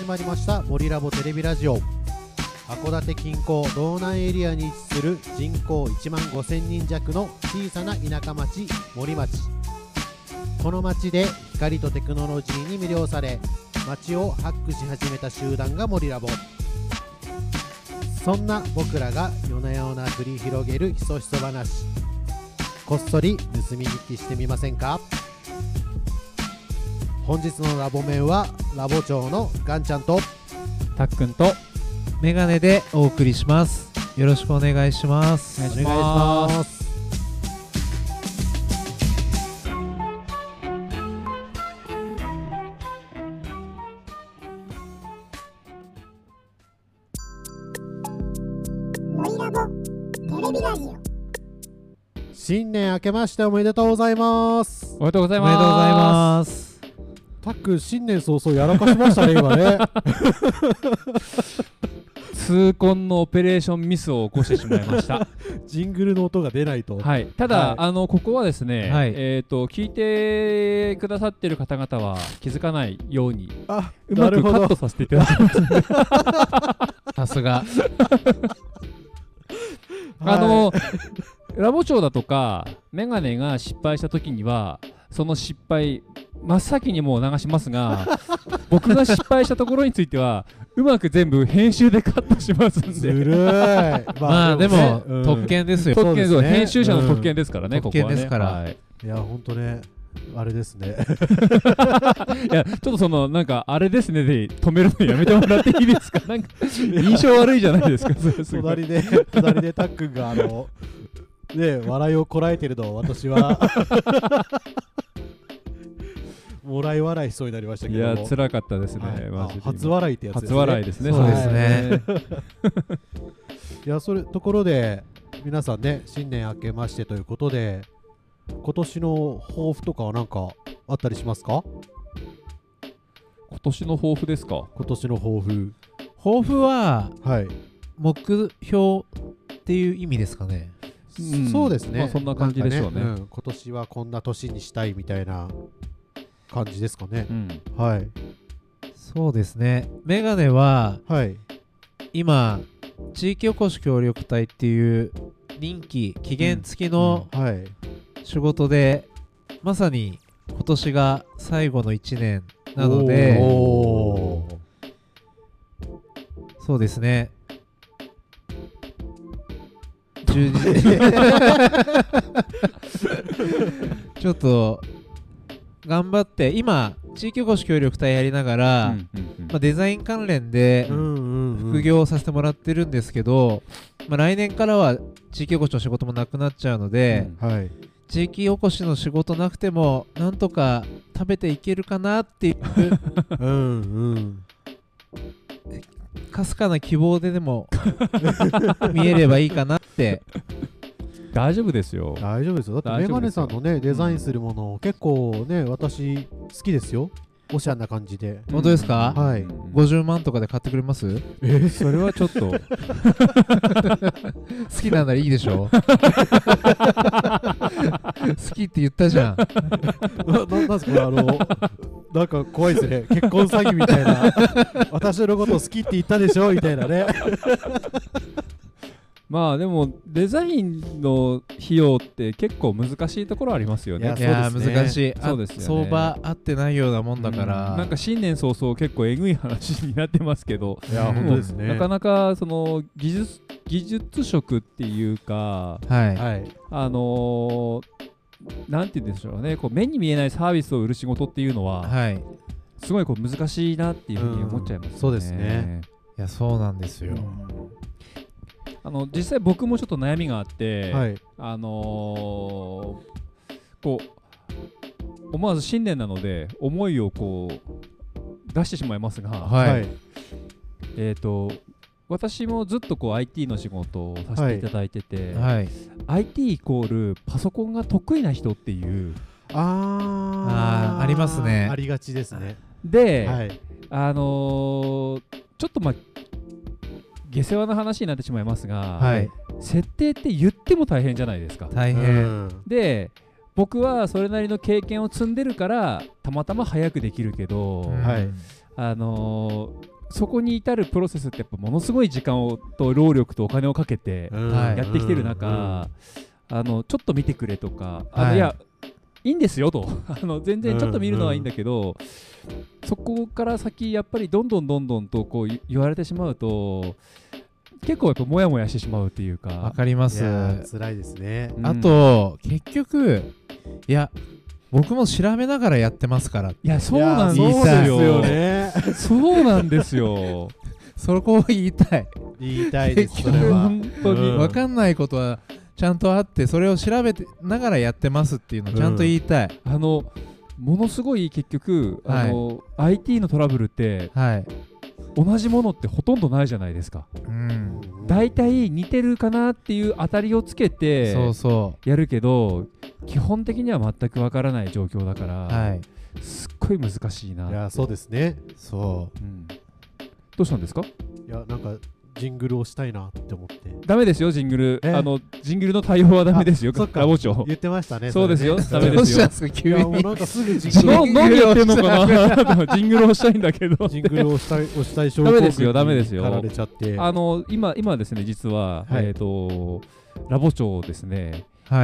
まりました森ラボテレビラジオ。函館近郊道南エリアに位置する人口1万5000人弱の小さな田舎町森町。この町で光とテクノロジーに魅了され、町をハックし始めた集団が森ラボ。そんな僕らが夜な夜な繰り広げるひそひそ話、こっそり盗み聞きしてみませんか？本日のラボ面はラボ長のガンちゃんとたっくんとメガネでお送りします。よろしくお願いします。 お願いします。 森ラボテレビラジオ。 新年明けましておめでとうございます。 おめでとうございおめでとうございます。 たっくん新年早々やらかしましたね今ね。 痛恨のオペレーションミスを起こしてしまいました。 ジングルの音が出ないと。 はい。ただ、ここはですね、 はい聞いてくださってる方々は気づかないようにあ、 うまくカットさせていただきます。 さすが。 ラボ長だとかメガネが失敗した時にはその失敗真っ先にもう流しますが、僕が失敗したところについてはうまく全部編集でカットしますんで。 ずるい。 まあでもね特権ですよ。 特権です、 そうですね編集者の特権ですからね、ここはね。 特権ですからはいいやほんとね、あれですね。 いやちょっとそのなんかあれですねで止めるのやめてもらっていいですか？なんか印象悪いじゃないですか。それすごい隣でたっくんがね、笑いをこらえてるのを私はもらい笑いしそうになりましたけいども。 や辛かったですね、 はいマジで初笑いってやつですね。 初笑いですね。 そうですね。 いやところで皆さんね、新年明けましてということで、今年の抱負とかは何かあったりしますか？ 今年の抱負ですか？ 今年の抱負。 抱負ははい、 目標っていう意味ですかね。 そうですね、 まあそんな感じでしょうね。 なんか今年はこんな年にしたいみたいな感じですかね。 うんはいそうですね。メガネははい今地域おこし協力隊っていう任期期限付きのはい仕事で、まさに今年が最後の1年なので、 おーそうですね。充実ちょっと頑張って今地域おこし協力隊やりながら、デザイン関連で副業をさせてもらってるんですけど、来年からは地域おこしの仕事もなくなっちゃうので、 はい地域おこしの仕事なくてもなんとか食べていけるかなっていうかすかな希望でも見えればいいかなって。 大丈夫ですよ。 大丈夫ですよ。だってメガネさんのねデザインするもの、結構ね私好きですよ。おしゃれな感じで。 本当ですか？ はい 50万とかで買ってくれます？ それはちょっと好きなんならいいでしょ。好きって言ったじゃん。 なんすかなんか怖いですね。結婚詐欺みたいな。私のこと好きって言ったでしょみたいなね。 まあでもデザインの費用って結構難しいところありますよね。 いやそうですね難しい。 そうですよね。 相場合ってないようなもんだから、 なんか新年早々結構えぐい話になってますけど、 いや本当ですね。 なかなかその技術職っていうか、 はい、 はい。 なんて言うんでしょうね、こう目に見えないサービスを売る仕事っていうのは、 はい、いすごいこう難しいなっていうふうに思っちゃいますよね。 そうですね。 やそうなんですよ。 実際僕もちょっと悩みがあって、 はい。 こう思わず新年なので思いをこう出してしまいますが、 はい私もずっとこう IT の仕事をさせていただいてて、 はい、 IT イコールパソコンが得意な人っていうありますね。 ありがちですね。 で、 はい。 ちょっと下世話な話になってしまいますが、 はい、 設定って言っても大変じゃないですか。 大変。 で僕はそれなりの経験を積んでるからたまたま早くできるけど、 はいそこに至るプロセスってやっぱものすごい時間と労力とお金をかけてやってきてる中、ちょっと見てくれとか、いやいいんですよと全然ちょっと見るのはいいんだけど、そこから先やっぱりどんどんとこう言われてしまうと結構やっぱモヤモヤしてしまうっていうか。 わかります。 辛いですね。 あと結局いや僕も調べながらやってますから。 いやそうなんですよね。そうなんですよ。 そこを言いたい。 言いたいです。それは本当に分かんないことはちゃんとあって、それを調べてながらやってますっていうのをちゃんと言いたい。 ものすごい結局IT のトラブルって、同じものってほとんどないじゃないですか。だいたい似てるかなっていう当たりをつけてやるけど、基本的には全くわからない状況だから、すっごい難しいな。 いやそうですね。 どうしたんですか？ いやなんかジングルをしたいなって思って。 ダメですよジングル。ジングルの対応はダメですよ。ラボ長言ってましたね。 そうですよ。ダメですよ。 急になんかすぐジングル何やってんのかな。ジングルをしたいんだけど。 ジングルをしたい証拠ダメですよ。ダメですよ。 駆られちゃって。 今ですね実はラボ長ですね。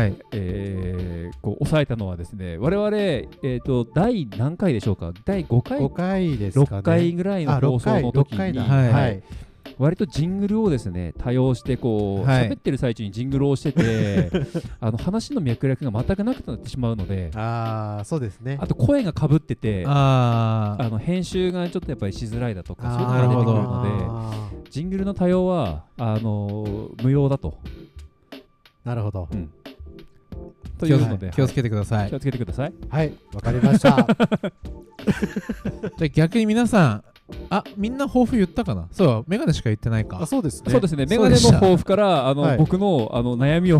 抑えたのはですね、我々第何回でしょうか？第5回 5回ですかね。 6回ぐらいの放送の時に割とジングルをですね多用して喋ってる最中にジングルをしてて話の脈絡が全くなくなってしまうので、 そうですね。 あと声がかぶってて編集がちょっとやっぱりしづらいだとかそういうのが出てくるので、ジングルの多用は無用だと。 なるほど。 というので気をつけてください。 気をつけてください。 はい、わかりました。じゃあ逆に皆さん、みんな抱負言ったかな？そう、メガネしか言ってないか。 そうですね。 そうですね。メガネの抱負から僕の悩みを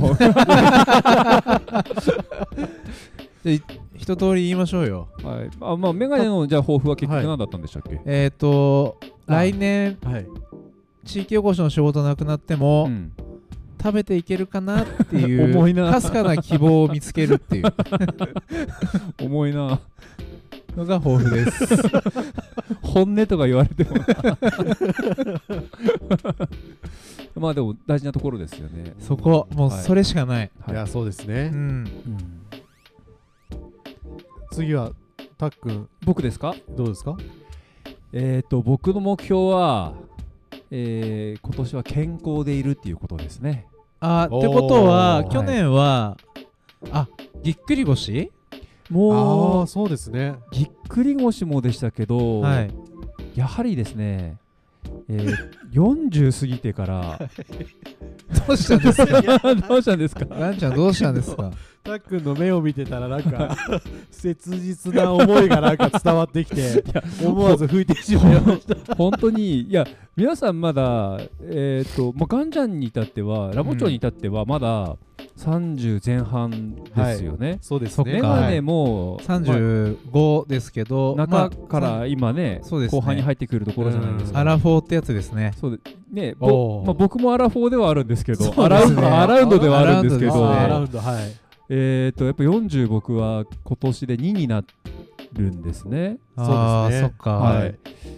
一通り言いましょうよ。 メガネのじゃあ抱負は結局何だったんでしたっけ？ 来年地域おこしの仕事なくなっても食べていけるかなっていうかすかな希望を見つけるっていう重いなのが抱負です。 本音とか言われてもまあでも大事なところですよね。 そこもうそれしかない。 いやそうですね。次はたっくん。 僕ですか？ どうですか？ 僕の目標は今年は健康でいるっていうことですね。 ってことは去年はぎっくり腰？ もうそうですね。 ぎっくり腰もでしたけど、やはりですね、40過ぎてからどうしたんですか？ どうしたんですか？ ランちゃんどうしたんですか？ たっくんの目を見てたらなんか切実な思いがなんか伝わってきて思わず吹いてしまいました。 本当にいや皆さんまだガンちゃんに至ってはラボ長に至ってはまだ30前半ですよね。 そうですね。 メガネも 35ですけど中から今ね後半に入ってくるところじゃないですか。 アラフォーってやつですね。 そうね。僕もアラフォーではあるんですけど、アラウンドではあるんですけど、 アラウンドはい。 やっぱ40僕は今年で2になるんですね。 そうですね。 そっか。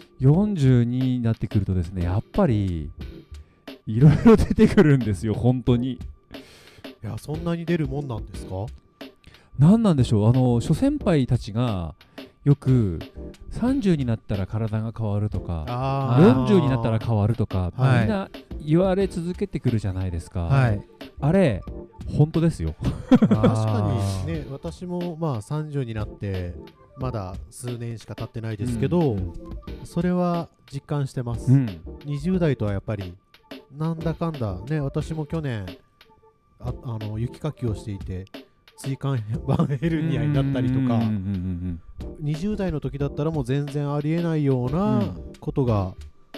40になってくるとですね、やっぱりいろいろ出てくるんですよ、本当に。 いや、そんなに出るもんなんですか？ 何なんでしょう。諸先輩たちがよく30になったら体が変わるとか40になったら変わるとか、みんな言われ続けてくるじゃないですか。あれ本当ですよ。 確かにね、私も30になってまだ数年しか経ってないですけど、それは実感してます。20代とはやっぱりなんだかんだね、私も去年雪かきをしていて椎間板ヘルニアになったりとか、20代の時だったらもう全然ありえないようなことが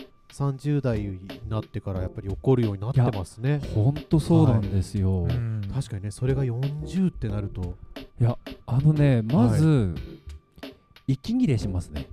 30代になってからやっぱり起こるようになってますね。 ほんとそうなんですよ。 確かにね、それが40ってなると、 いやまず、息切れしますね。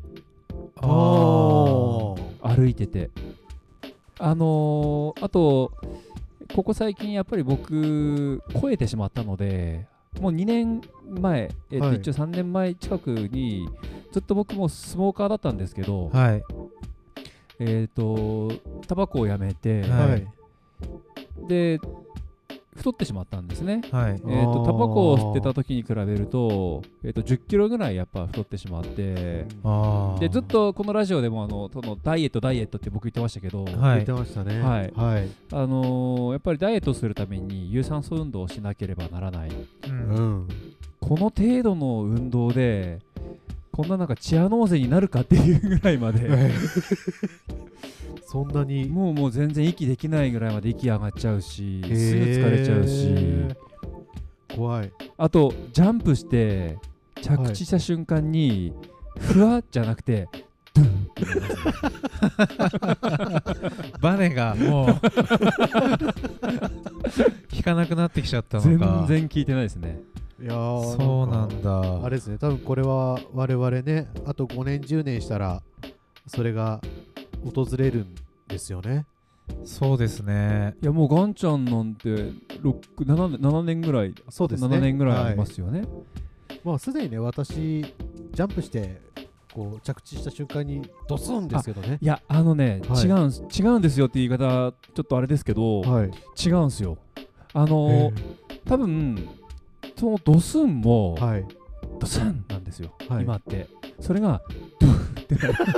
歩いてて。あとここ最近やっぱり僕超えてしまったので、もう2年前、一応3年前近くにずっと僕もスモーカーだったんですけど、 タバコをやめて、 はいで太ってしまったんですね。 はい。 タバコを吸ってた時に比べると、10キロぐらいやっぱ太ってしまって、でずっとこのラジオでもそのダイエットって僕言ってましたけど、 言ってましたね。 はいはい。 やっぱりダイエットするために有酸素運動をしなければならない。この程度の運動でこんななんかチアノーゼになるかっていうぐらいまでそんなにもう全然息できないぐらいまで息上がっちゃうし、すぐ疲れちゃうし、 怖い。 あとジャンプして着地した瞬間に、ふわっじゃなくてドゥンってなりますね。 バネがもう効かなくなってきちゃったのか。 全然効いてないですね。 いやそうなんだ。 あれですね、多分これは我々ね、あと5年10年したらそれが訪れるんですよね。 そうですね。 いやもうガンちゃんなんて7年ぐらい、 そうですね、 7年ぐらいありますよね。 まあすでにね、私ジャンプしてこう着地した瞬間にドスンですけどね。 いや違うんですよって言い方ちょっとあれですけど、違うんですよ。多分そのドスンも、ドスンなんですよ、今って。それがドゥって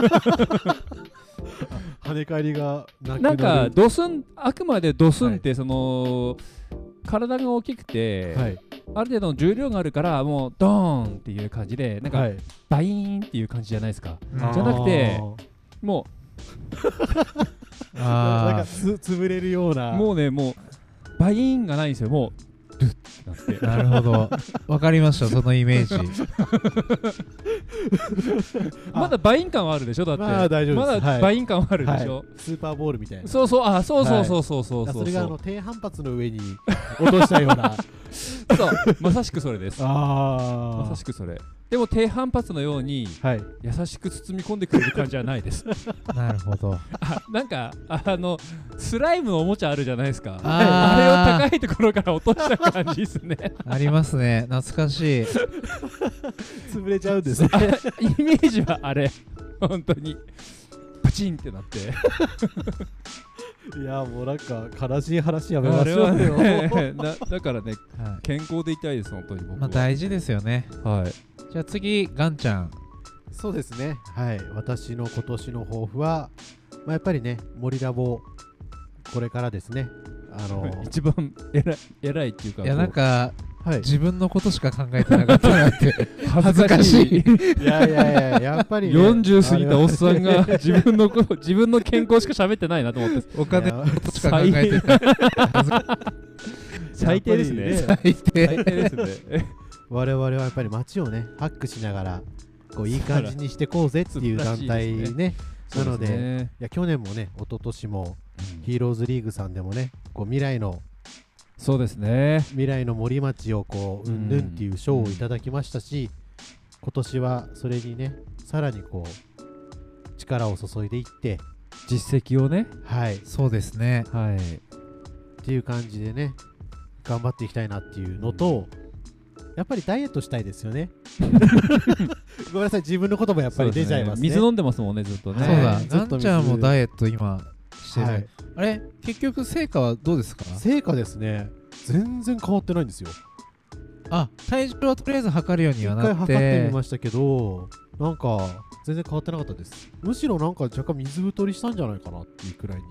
跳ね返りがなんかドスン、あくまでドスンってその、体が大きくて、ある程度の重量があるからもうドーンっていう感じで、なんかバイーンっていう感じじゃないですか。じゃなくてもうなんか潰れるような、 もうバイーンがないんですよ。もうドゥッってなって。 なるほど、わかりました、そのイメージ。 まだバイン感はあるでしょ。だってまあ大丈夫です。 まだバイン感はあるでしょ。 スーパーボールみたいな。 そうそう、そうそれが低反発の上に落としたような。 そう、まさしくそれです。まさしくそれ。でも低反発のように優しく包み込んでくれる感じはないです。 なるほど。 なんかスライムのおもちゃあるじゃないですか。あれを高いところから落とした感じですね。 ありますね、懐かしい。 潰れちゃうんですね。 イメージはあれ、本当にパチンってなって。 いやもうなんか悲しい話やめましょうよ。 だからね、健康でいたいです、本当に僕は。 大事ですよね。じゃあ次、ガンちゃん。 そうですね、私の今年の抱負は、やっぱりね、森ラボこれからですね、 一番偉いっていうか、 いやなんか自分のことしか考えてなかったなって恥ずかしい。 いややっぱり、ね、 40過ぎたおっさんが自分の健康しか喋ってないなと思って、 お金のことしか考えてない。 最低ですね。 最低ですね。 我々はやっぱり街をねハックしながらこういい感じにしてこうぜっていう団体ね。なので、いや去年もね、一昨年もヒーローズリーグさんでもね、こう未来のそうですね、 未来の森町をこううんぬんっていう賞をいただきましたし、今年はそれにねさらにこう力を注いでいって実績をね、 そうですね、 っていう感じでね頑張っていきたいなっていうのと、やっぱりダイエットしたいですよね。ごめんなさい、自分のこともやっぱり出ちゃいますね。 水飲んでますもんね、ずっとね。 そうだ、ガンちゃんもダイエット今してる。あれ、結局成果はどうですか？ 成果ですね、全然変わってないんですよ。 体重はとりあえず測るようにはなって、 一回測ってみましたけど、なんか全然変わってなかったです。むしろなんか若干水太りしたんじゃないかなっていうくらいに、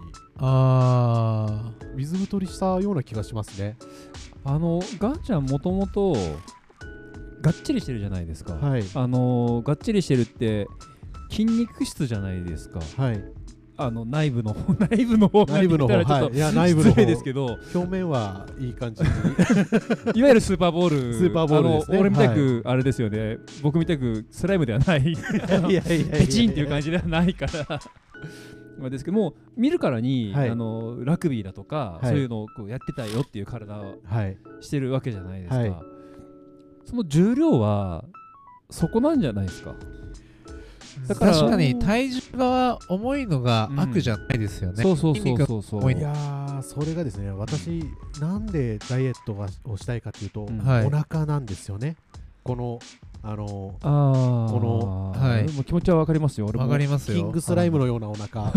水太りしたような気がしますね。 ガンちゃんもともとがっちりしてるじゃないですか。がっちりしてるって筋肉質じゃないですか。内部の方が言ったらちょっと失礼ですけど、 表面はいい感じにいわゆるスーパーボールですね。 俺みたくあれですよね、僕みたくスライムではないペチンっていう感じではないからですけども、見るからにラグビーだとかそういうのをこうやってたよっていう体をしてるわけじゃないですか。その重量はそこなんじゃないですか。 だから確かに体重が重いのが悪じゃないですよね。 そう。いやー、それがですね、私なんでダイエットをしたいかというと、お腹なんですよね。このこのはいもう気持ちは分かりますよ。俺もわかりますよ。 キングスライムのようなお腹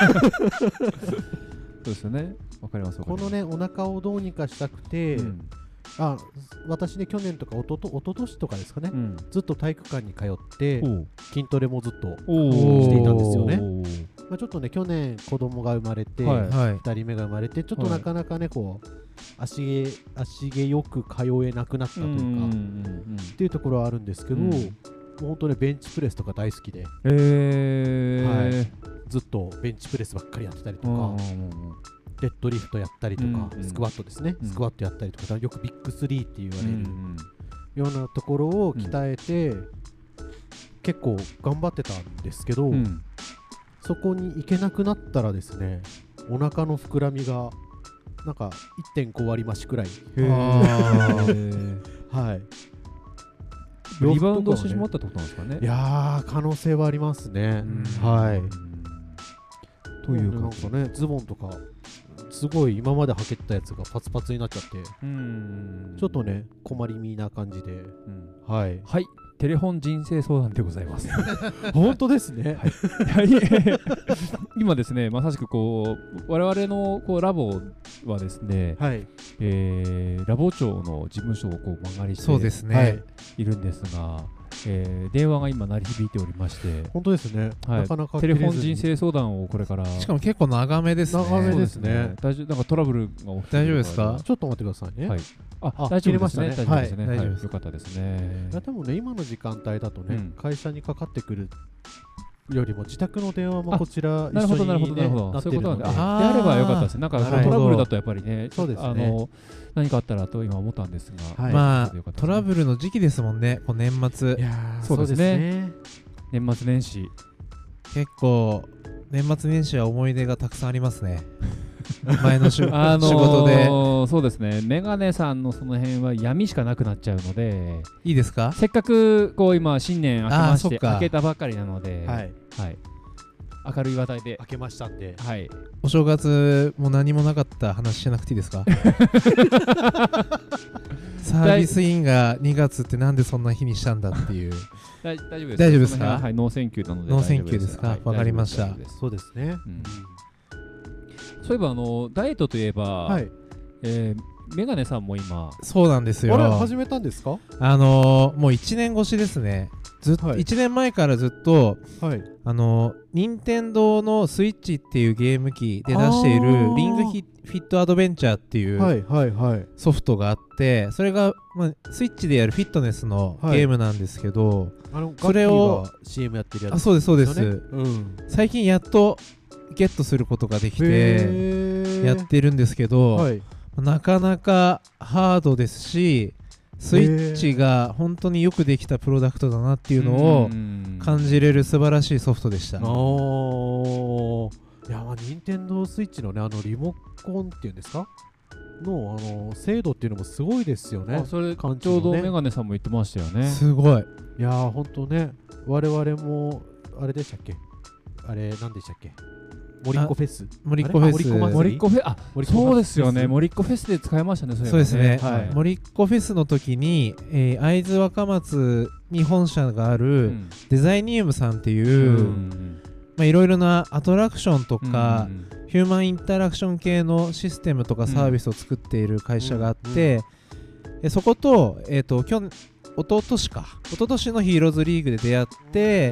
そうですよね。分かります。 このねお腹をどうにかしたくて、私ね去年とか一昨年とかですかね、ずっと体育館に通って筋トレもずっとしていたんですよね。ちょっとね去年子供が生まれて、2人目が生まれてちょっとなかなかねこう足毛よく通えなくなったというかっていうところはあるんですけど、もう本当ねベンチプレスとか大好きで、ずっとベンチプレスばっかりやってたりとか、デッドリフトやったりとか、スクワットですね、スクワットやったりとか、よくビッグ3って言われるようなところを鍛えて、結構頑張ってたんですけど、そこに行けなくなったらですね、お腹の膨らみがなんか 1.5 割増しくらい、 リバウンドしてしまったってことなんですかね。 いやー可能性はありますね。というなんかね、ズボンとかすごい今まで履けてたやつがパツパツになっちゃって、ちょっとね困りみな感じで、はい、 テレフォン人生相談でございます。 本当ですね。 今ですね、まさしくこう我々のこうラボはですね、ラボ長の事務所をこう間借りしているんですが、電話が今鳴り響いておりまして、 本当ですね。なかなかテレフォン人生相談をこれから、 しかも結構長めですね。 長めですね。 大丈夫、なんかトラブルが起きて大丈夫ですか？ ちょっと待ってくださいね。 大丈夫ですね。大丈夫ですね。よかったですね。 でもね、今の時間帯だとね、会社にかかってくるよりも自宅の電話もこちら一緒になってるので、 そういうことなんで、であればよかったですね。なんかトラブルだとやっぱりね、何かあったらと今思ったんですが、 まあトラブルの時期ですもんね。こう年末。 そうですね。年末年始結構年末年始は思い出がたくさんありますね。前の仕事で。 そうですね。メガネさんのその辺は闇しかなくなっちゃうので、 いいですか？ せっかくこう今新年明けまして明けたばっかりなので、明るい話題で明けましたんで、 お正月も何もなかった話しなくていいですか？サービスインが2月ってなんでそんな日にしたんだっていう。 大丈夫です。 大丈夫ですか？ ノーセンキューなので。 ノーセンキューですか？わかりました。 そうですね。 そういえばダイエットといえば、メガネさんも今そうなんですよ。 あれ始めたんですか？ もう1年越しですね。1年前からずっと任天堂のスイッチっていうゲーム機で出しているリングフィットアドベンチャーっていうソフトがあって、それがスイッチでやるフィットネスのゲームなんですけど、それを CM やってるやつ。 そうですそうです。最近やっとゲットすることができてやってるんですけど、なかなかハードですし、スイッチが本当によくできたプロダクトだなっていうのを感じれる素晴らしいソフトでした。いや任天堂スイッチのねリモコンっていうんですかの精度っていうのもすごいですよね。 それちょうどメガネさんも言ってましたよね。 すごい。 いや本当ね、我々もあれでしたっけ、あれ何でしたっけ、モリッコフェス、 モリッコフェス、 モリッコフェス、そうですよね。モリッコフェスで使いましたね。 そうですね。モリッコフェスの時に会津若松に本社があるデザイニウムさんっていういろいろなアトラクションとかヒューマンインタラクション系のシステムとかサービスを作っている会社があって、そこと一昨年のヒーローズリーグで出会って、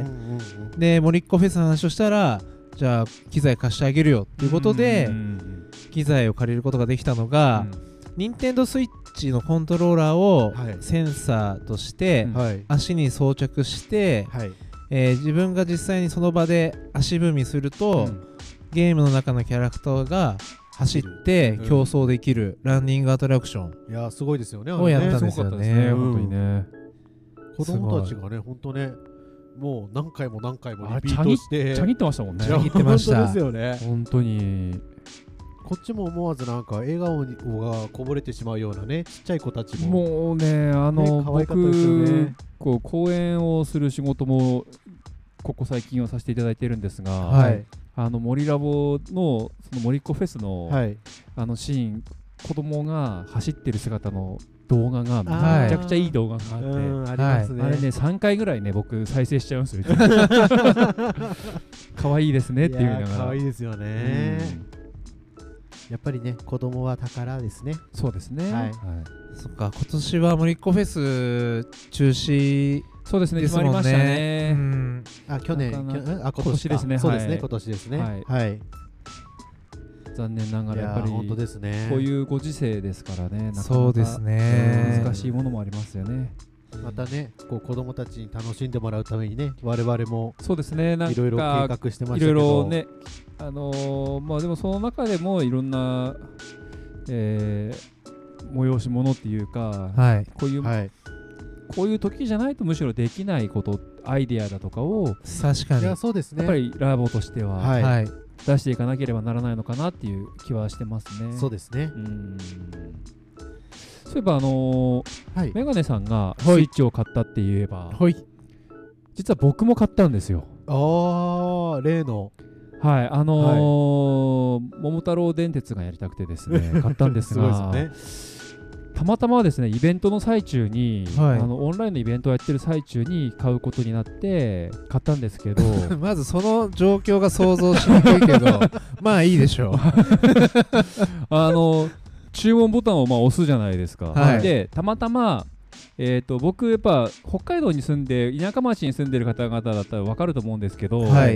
でモリッコフェスの話をしたら、じゃあ機材貸してあげるよっていうことで機材を借りることができたのが、任天堂スイッチのコントローラーをセンサーとして足に装着して、自分が実際にその場で足踏みすると、ゲームの中のキャラクターが走って競争できるランニングアトラクション、 いやすごいですよね。 をやったんですよね。 本当にね。 子供たちがね本当ね、もう何回もリピートしてちゃぎってましたもんね。 ちゃぎってました。 本当ですよね。 本当に。 こっちも思わずなんか笑顔がこぼれてしまうようなね、ちっちゃい子たちも。 もうね、僕こう講演をする仕事もここ最近はさせていただいているんですが、モリラボのそのモリッコフェスのシーン子供が走ってる姿の動画がはいめちゃくちゃいい動画があって、 ありますね。 あれね3回ぐらいね僕再生しちゃうんですよ。可愛いですねって言いながら。 可愛いですよね。やっぱりね、子供は宝ですね。 そうですね。 はいそっか、今年は森っ子フェス中止そうですね。 ですもん決まりましたね。 ね。 去年、 なかな今今年ですねそうですね、 はい今年ですね。 はいはい。 残念ながらやっぱり本当ですね。 こういうご時世ですからね。なかなかそうですね。 難しいものもありますよね。 またね、こう子供たちに楽しんでもらうためにね、我々もそうですね。なんいろいろ計か画してまいしたけど。 ろいろね、まあでもその中でもいろんな、催し物っていうか、 はい。 こういう、 はい。 こういう時じゃないとむしろできないことアイデアだとかを確かに。 いや、そうですね。 やっぱりラボとしてははいはい。 出していかなければならないのかなっていう気はしてますね。 そうですね。 そういえばはい。 メガネさんがスイはいッチを買ったって言えば、 ほい。 実は僕も買ったんですよ。 例の。 はい、桃太郎電鉄がやりたくてですね、買ったんですすごいが、 ですよね。 たまたまですね、イベントの最中に、 はいオンラインのイベントをやってる最中に買うことになって買ったんですけど、 まずその状況が想像しにくいけど、まあいいでしょう。 注文ボタンをまあ押すじゃないですか。 はいで、たまたま僕やっぱ北海道に住んで田舎町に住んでる方々だったら分かると思うんですけど、 はい。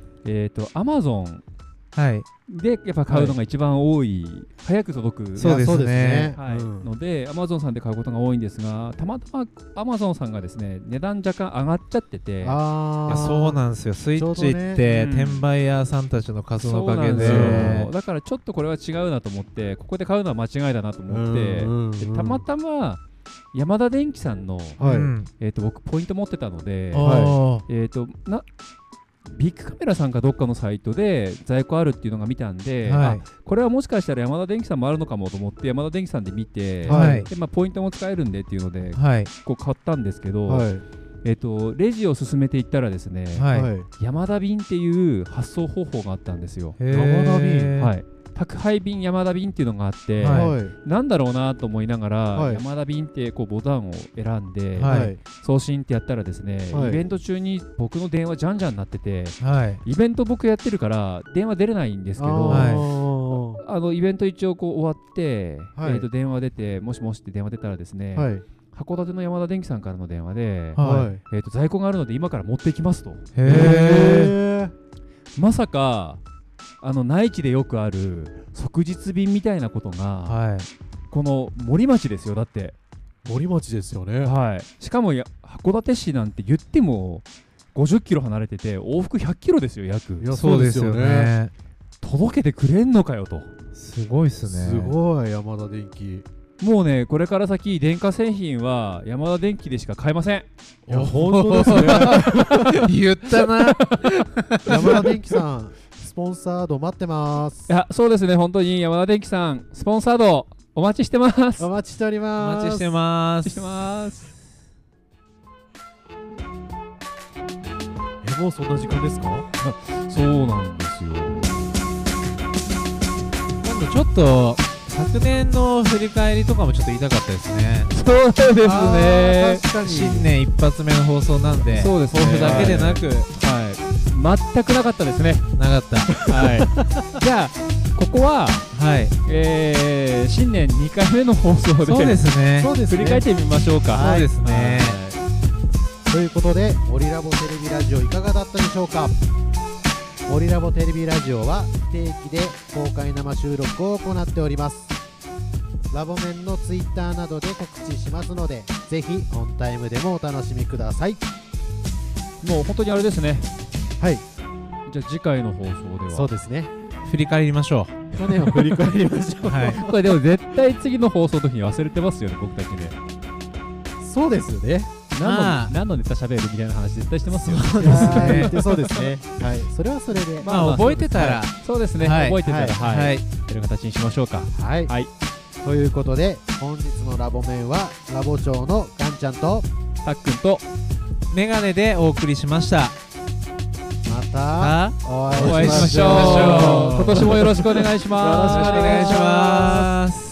Amazon はい。 でやっぱ買うのが一番多い、早く届くそうですねそうですね。 はいうんので Amazon さんで買うことが多いんですが、たまたま Amazon さんがですね値段若干上がっちゃってて、 いやそうなんですよ。スイッチっちょうどねて、 うん転売屋さんたちの数のおかげそうなんですでよ。だからちょっとこれは違うなと思って、ここで買うのは間違いだなと思って、でたまたまヤマダ電機さんの、 はいうん僕ポイント持ってたので、 あビッグカメラさんかどっかのサイトで在庫あるっていうのが見たんで、 はいあこれはもしかしたらヤマダ電機さんもあるのかもと思ってヤマダ電機さんで見て、 はいでポイントも使えるんでっていうのではい。 こう買ったんですけど、 はい。 レジを進めていったらですね、 はい。 はい。 ヤマダ便っていう発送方法があったんですよ。 へーヤマダ便はい、宅配便ヤマダ便っていうのがあって、 はいはい。 なんだろうなと思いながら、 はいヤマダ便ってこうボタンを選んで、 はい送信ってやったらですね、 はいイベント中に僕の電話じゃんじゃんなってて、 はい。 イベント僕やってるから電話出れないんですけど、 はいイベント一応こう終わって、 はい電話出てもしもしって電話出たらですね、 はい。 函館のヤマダ電機さんからの電話で、 は在庫があるので今から持ってきますと。 へー。 まさか内地でよくある即日便みたいなことが、 はい。 この森町ですよ。だって、 森町ですよね。 はい、しかも函館市なんて言っても50キロ離れてて往復100キロですよ約。 いやそうですよね。 届けてくれんのかよと。 すごいっすね。 すごい、ヤマダ電機。 もうね、これから先電化製品はヤマダ電機でしか買えません。 いや、本当ですね。 言ったな。 ヤマダ電機さん、スポンサード待ってますい。や、そうですね、本当にヤマダ電機さんスポンサードお待ちしてます。 お待ちしておりおます。 待ちしてます。 お待ちしてます。 もうそんな時間ですか？ そうなんですよ。 今度ちょっと昨年の振り返りとかもちょっと言いたかったですね。 そうですね。 確かに。 新年一発目の放送なんで、 そうですね抱負だけでなく、 はい、全くなかったですね。 なかった。 はい。じゃあここは、 はい。 新年2回目の放送でそうですね。 そうですね。 振り返ってみましょうか。 そうですね。 ということで、オリラボテレビラジオいかがだったでしょうか？オリラボテレビラジオは不定期で公開生収録を行っております。ラボメンのツイッターなどで告知しますので、ぜひオンタイムでもお楽しみください。 もう本当にあれですね。 はい、 じゃあ次回の放送では。 そうですね。 振り返りましょ去年を振り返りましょう。 う。はい。 これでも絶対次の放送の時に忘れてますよね、僕たちね。 そうですね。 まあ何のネタ喋るみたいな話絶対してますよ。 そうですね。 はいそうですね。はい、それはそれで。 まあ覚えてたら、 そうですね、 はい覚えてたら、 ははい、 はい。 やる形にしましょうか。 はい、 はい、 ということで本日のラボメンはラボ長のガンちゃんとたっくんとメガネでお送りしました。 またおお会いしましょう。今年もよろしくお願いします。 よろしくお願いします。